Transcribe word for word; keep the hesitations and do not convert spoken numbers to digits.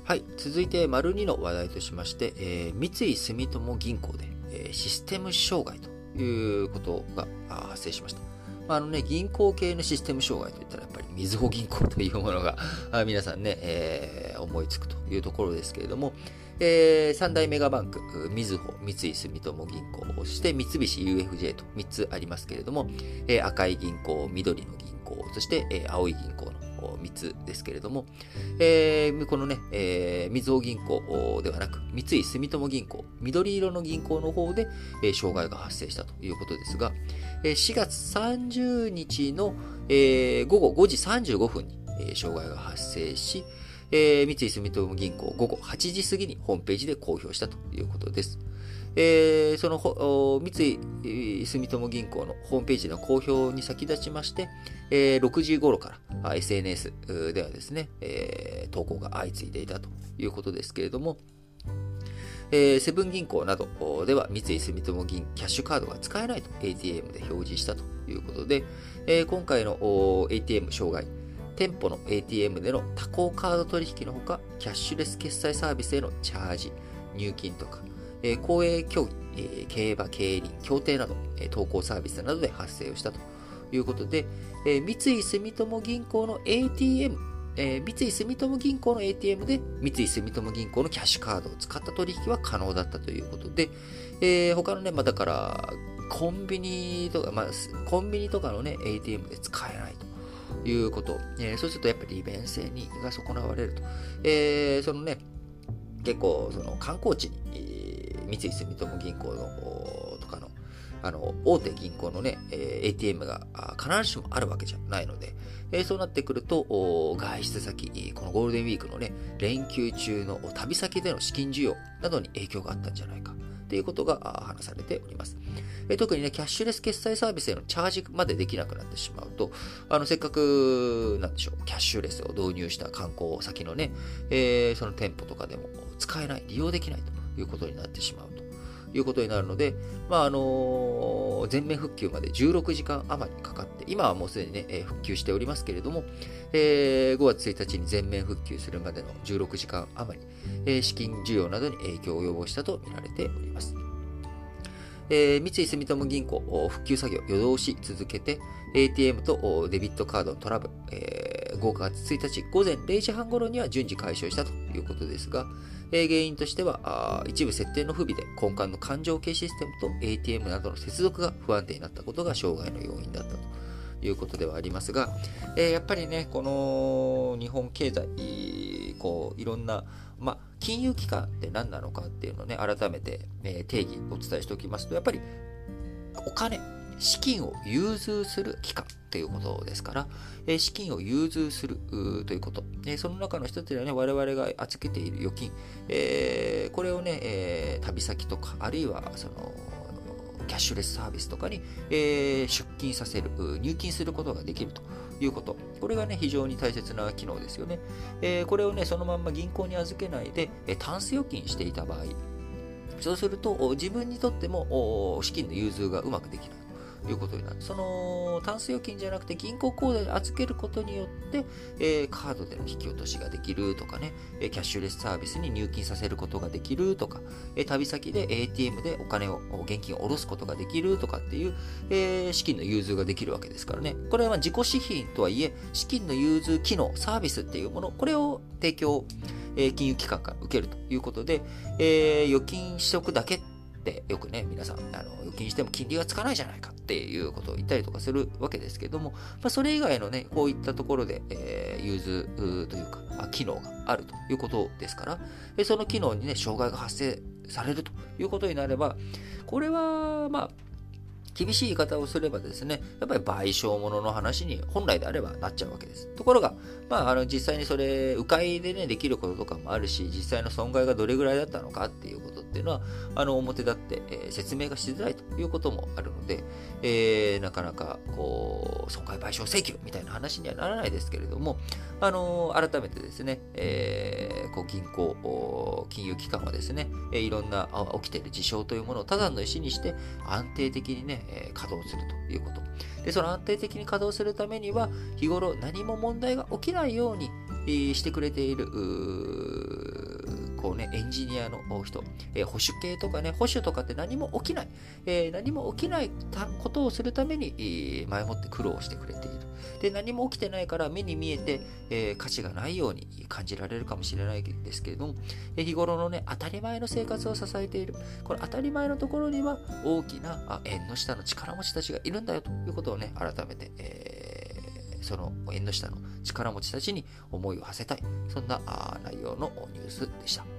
はい、続いて丸にの話題としまして、えー、三井住友銀行で、えー、システム障害ということが発生しました。まああのね、銀行系のシステム障害といったらやっぱりみずほ銀行というものが皆さんね、えー、思いつくというところですけれども、えー、三大メガバンク、みずほ、三井住友銀行、そして三菱 ユーエフジェー とみっつありますけれども、えー、赤い銀行、緑の銀行、そして、えー、青い銀行のみっつですけれども、えー、このね、えー、みずほ銀行ではなく、三井住友銀行、緑色の銀行の方で、えー、障害が発生したということですが、えー、しがつさんじゅうにちの、えー、午後ごじさんじゅうごふんに、えー、障害が発生し、えー、三井住友銀行午後はちじ過ぎにホームページで公表したということです。えー、その三井住友銀行のホームページの公表に先立ちまして、えー、ろくじ頃から エスエヌエス ではですね、えー、投稿が相次いでいたということですけれども、えー、セブン銀行などでは三井住友銀キャッシュカードが使えないと エーティーエム で表示したということで、えー、今回の エーティーエム 障害、店舗の エーティーエム での他行カード取引のほか、キャッシュレス決済サービスへのチャージ、入金とか、えー、公営競技、えー、競馬、競輪、競艇など、えー、投稿サービスなどで発生をしたということで、えー、三井住友銀行の エーティーエム、えー、三井住友銀行の エーティーエム で三井住友銀行のキャッシュカードを使った取引は可能だったということで、えー、他のね、まあ、だから、コンビニとか、まあ、コンビニとかのね、エーティーエム で使えないということ。えー、そうするとやっぱり利便性にが損なわれると。えー、そのね、結構、その観光地に、えー、三井住友銀行のとかの、あの、大手銀行のね、えー、エーティーエム が必ずしもあるわけじゃないので、えー、そうなってくると、外出先、このゴールデンウィークのね、連休中の旅先での資金需要などに影響があったんじゃないかということが話されております。えー、特にね、キャッシュレス決済サービスへのチャージまでできなくなってしまうと、あの、せっかく、なんでしょう、キャッシュレスを導入した観光先のね、えー、その店舗とかでも使えない、利用できないということになってしまうということになるので、まあ、あのー、全面復旧までじゅうろくじかん余りかかって、今はもうすでにね、えー、復旧しておりますけれども、えー、ごがつついたちに全面復旧するまでのじゅうろくじかん余り、えー、資金需要などに影響を及ぼしたと見られております。えー、三井住友銀行、復旧作業、夜通し続けて、エーティーエム とデビットカードのトラブル、えー、ごがつついたち午前れいじはん頃には順次解消したということですが、えー、原因としては、一部設定の不備で根幹の勘定系システムと エーティーエム などの接続が不安定になったことが障害の要因だったということではありますが、えー、やっぱりね、この日本経済、こういろんな、まあ、金融機関って何なのかっていうのをね、改めて、えー、定義お伝えしておきますと、やっぱりお金、資金を融通する機関ということですから、えー、資金を融通するということ、えー、その中の一つではね、我々が預けている預金、えー、これをね、えー、旅先とか、あるいはそのキャッシュレスサービスとかに、えー、出金させる、入金することができるということ。これがね、非常に大切な機能ですよね。えー、これをね、そのまんま銀行に預けないで、えー、タンス預金していた場合、そうすると、自分にとっても資金の融通がうまくできないということになる。その、タンス預金じゃなくて銀行口座に預けることによって、えー、カードでの引き落としができるとかね、キャッシュレスサービスに入金させることができるとか、えー、旅先で エーティーエム でお金を、現金を下ろすことができるとかっていう、えー、資金の融通ができるわけですからね。これはまあ自己資金とはいえ、資金の融通機能、サービスっていうもの、これを提供、えー、金融機関から受けるということで、えー、預金しとくだけってよくね、皆さん、あの預金しても金利がつかないじゃないかっていうことを言ったりとかするわけですけども、まあ、それ以外のね、こういったところで、えー、融通というか、機能があるということですから、えその機能にね、障害が発生されるということになれば、これは、まあ、厳しい言い方をすればですね、やっぱり賠償ものの話に本来であればなっちゃうわけです。ところが、まあ、あの実際にそれ、迂回でね、できることとかもあるし、実際の損害がどれぐらいだったのかっていうことっていうのは、あの表立って、えー、説明がしづらいということもあるので、えー、なかなかこう損害賠償請求みたいな話にはならないですけれども、あのー、改めてですね、えー、こう銀行、金融機関はですね、いろんな起きている事象というものをただの石にして安定的にね、稼働するということ。で、その安定的に稼働するためには、日頃何も問題が起きないようにしてくれているこうね、エンジニアの人、えー、保守系とかね、保守とかって何も起きない、えー、何も起きないことをするために、えー、前もって苦労してくれている。で、何も起きてないから目に見えて、えー、価値がないように感じられるかもしれないですけれども、えー、日頃のね、当たり前の生活を支えている。これ当たり前のところには大きなあ縁の下の力持ちたちがいるんだよということをね、改めて、えー、その縁の下の力持ちたちに思いを馳せたい。そんな内容のニュースでした。